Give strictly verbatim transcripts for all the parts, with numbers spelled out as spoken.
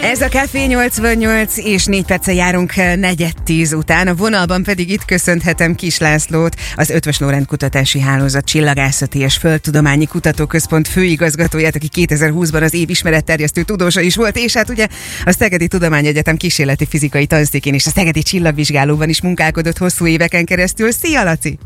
Ez a Café nyolcvannyolc, és négy perccel járunk negyed tíz után. A vonalban pedig itt köszönhetem Kiss Lászlót, az Eötvös Loránd Kutatási Hálózat Csillagászati és Földtudományi Kutatóközpont főigazgatóját, aki kétezer-húszban az év ismeretterjesztő tudósa is volt, és hát ugye a Szegedi Tudományegyetem kísérleti fizikai tanszékén és a Szegedi Csillagvizsgálóban is munkálkodott hosszú éveken keresztül. Szia, Laci!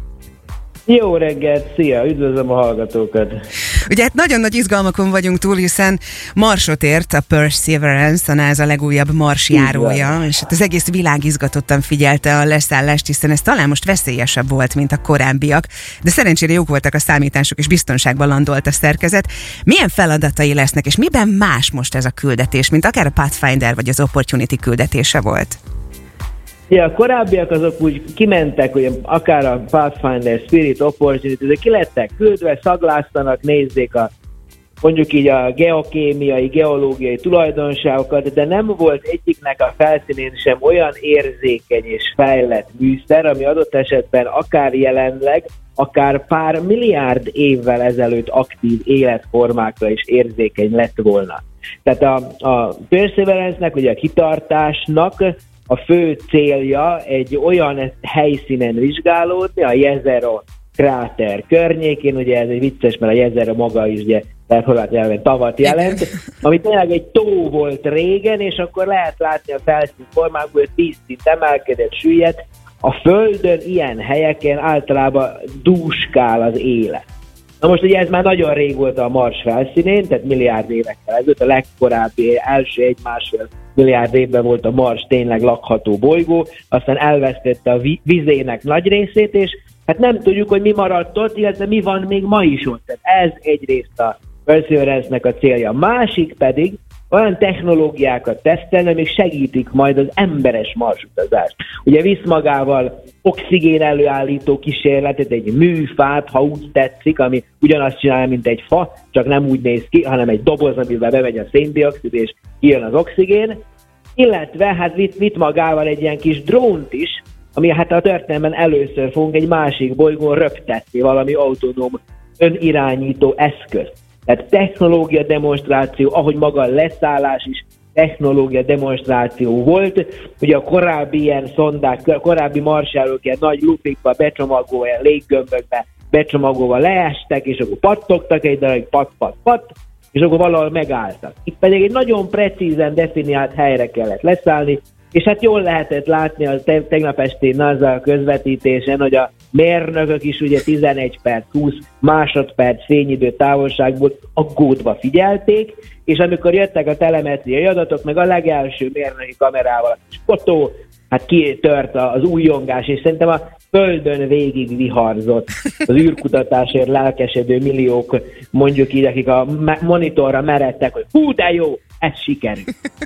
Jó reggelt, szia, üdvözlöm a hallgatókat! Ugye hát nagyon nagy izgalmakon vagyunk túl, hiszen Marsot ért a Perseverance, a NASA legújabb marsjárója, és hát az egész világ izgatottan figyelte a leszállást, hiszen ez talán most veszélyesebb volt, mint a korábbiak, de szerencsére jók voltak a számítások, és biztonságban landolt a szerkezet. Milyen feladatai lesznek, és miben más most ez a küldetés, mint akár a Pathfinder vagy az Opportunity küldetése volt? Ja, a korábbiak azok úgy kimentek, hogy akár a Pathfinder, Spirit, Opportunity, de ki lettek küldve, szagláztanak, nézzék a mondjuk így a geokémiai, geológiai tulajdonságokat, de nem volt egyiknek a felszínén sem olyan érzékeny és fejlett műszer, ami adott esetben akár jelenleg, akár pár milliárd évvel ezelőtt aktív életformákra is érzékeny lett volna. Tehát a, a Perseverance-nek, ugye a kitartásnak a fő célja egy olyan helyszínen vizsgálódni, a Jezero kráter környékén, ugye ez egy vicces, mert a Jezero maga is ugye, tehát horvát nyelven tavat jelent, ami tényleg egy tó volt régen, és akkor lehet látni a felszín formákból, hogy tíz szint emelkedett, süllyedt. A Földön ilyen helyeken általában dúskál az élet. Na most ugye ez már nagyon régóta a Mars felszínén, tehát milliárd évekkel ezelőtt, a legkorábbi első egy-másfél milliárd évben volt a Mars tényleg lakható bolygó, aztán elvesztette a vizének nagy részét, és hát nem tudjuk, hogy mi maradt ott, illetve mi van még ma is ott. Tehát ez egyrészt a Perseverance-nek a célja. Másik pedig olyan technológiákat tesztelni, amik segítik majd az emberes marsutazást. Ugye visz magával oxigén előállító kísérletet, egy műfát, ha úgy tetszik, ami ugyanazt csinál, mint egy fa, csak nem úgy néz ki, hanem egy doboz, amivel bemegy a széndioxid, és kijön az oxigén, illetve hát vitt, vitt magával egy ilyen kis drónt is, ami hát a történelemben először fogunk egy másik bolygón röptetni, valami autonóm önirányító eszköz. Tehát technológia demonstráció, ahogy maga a leszállás is technológia demonstráció volt. Ugye a korábbi ilyen szondák, a korábbi marsjárók ilyen nagy lupikba becsomagolva, ilyen léggömbökbe becsomagolva leestek, és akkor pattogtak egy darabig, pat, pat, pat, és akkor valahol megálltak. Itt pedig egy nagyon precízen definiált helyre kellett leszállni, és hát jól lehetett látni a tegnap esti NASA közvetítésen, hogy a mérnökök is ugye tizenegy perc, húsz másodperc fényidő távolságból aggódva figyelték, és amikor jöttek a telemetriai adatok, meg a legelső mérnöki kamerával a kis fotó, hát kitört az újongás, és szerintem a Földön végig viharzott az űrkutatásért lelkesedő milliók, mondjuk így, akik a monitorra meredtek, hogy hú, de jó, ez sikerül.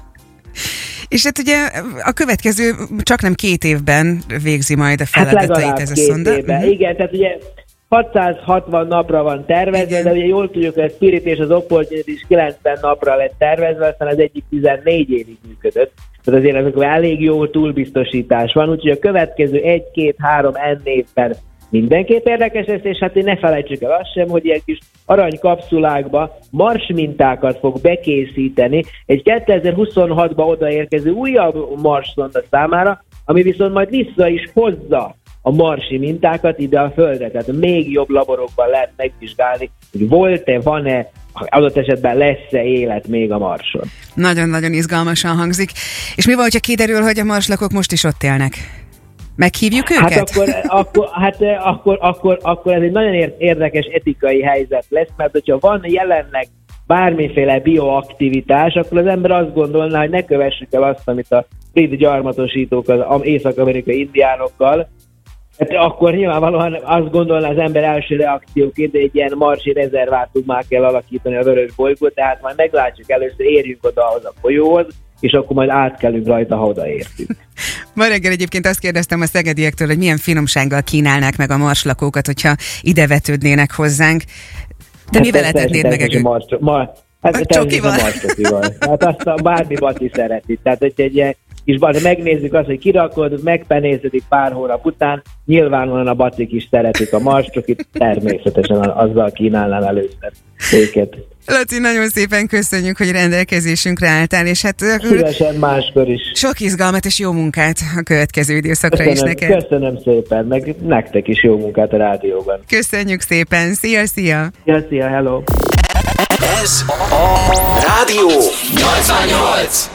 És hát ugye a következő csak nem két évben végzi majd a feladatait hát ez a szonda. Uh-huh. Igen, tehát ugye hatszázhatvan napra van tervezve, igen. De ugye jól tudjuk, hogy a Spirit és az Opportunity is kilencven napra lett tervezve, aztán az egyik tizennégy évig működött. Tehát azért ezekben elég jó túlbiztosítás van, úgyhogy a következő egy-két-három en évben mindenképp érdekes lesz, és hát ne felejtsük el azt sem, hogy ilyen kis aranykapszulákba Mars mintákat fog bekészíteni egy kétezer-huszonhatban odaérkező újabb Mars szonda számára, ami viszont majd vissza is hozza a marsi mintákat ide a Földre. Tehát még jobb laborokban lehet megvizsgálni, hogy volt-e, van-e, adott esetben lesz-e élet még a Marson. Nagyon-nagyon izgalmasan hangzik. És mi van, hogyha kiderül, hogy a marslakók most is ott élnek? Meghívjuk őket? Hát akkor, akkor, hát akkor, akkor, akkor ez egy nagyon érdekes etikai helyzet lesz, mert hogyha van jelenleg bármiféle bioaktivitás, akkor az ember azt gondolná, hogy ne kövessük el azt, amit a brit gyarmatosítók az észak-amerikai indiánokkal, hát akkor nyilvánvalóan azt gondolná az ember első reakcióként, hogy egy ilyen marsi rezervátummal kell alakítani a vörös bolygót, tehát majd meglátjuk, először érjünk oda ahhoz a folyóhoz, és akkor majd átkelünk rajta, ha odaértünk. Ma reggel egyébként azt kérdeztem a szegediektől, hogy milyen finomsággal kínálnák meg a marslakókat, hogyha ide vetődnének hozzánk. De hát mivel etetnéd meg őket? Ma, hát természetesen marcsokival. Hát azt a bármi Bati szereti. Tehát, hogy egy ilyen kis bar, megnézzük azt, hogy kirakod, megpenéződik pár hónap után, nyilvánvalóan a bacik is szeretik a marscsokit, természetesen azzal kínálnám először őket. Laci, nagyon szépen köszönjük, hogy rendelkezésünkre álltál, és hát szívesen máskor is. Sok izgalmat és jó munkát a következő időszakra köszönöm, is neked. Köszönöm szépen, meg nektek is jó munkát a rádióban. Köszönjük szépen, szia, szia! Szia, szia, hello! Ez a Rádió nyolcvannyolc!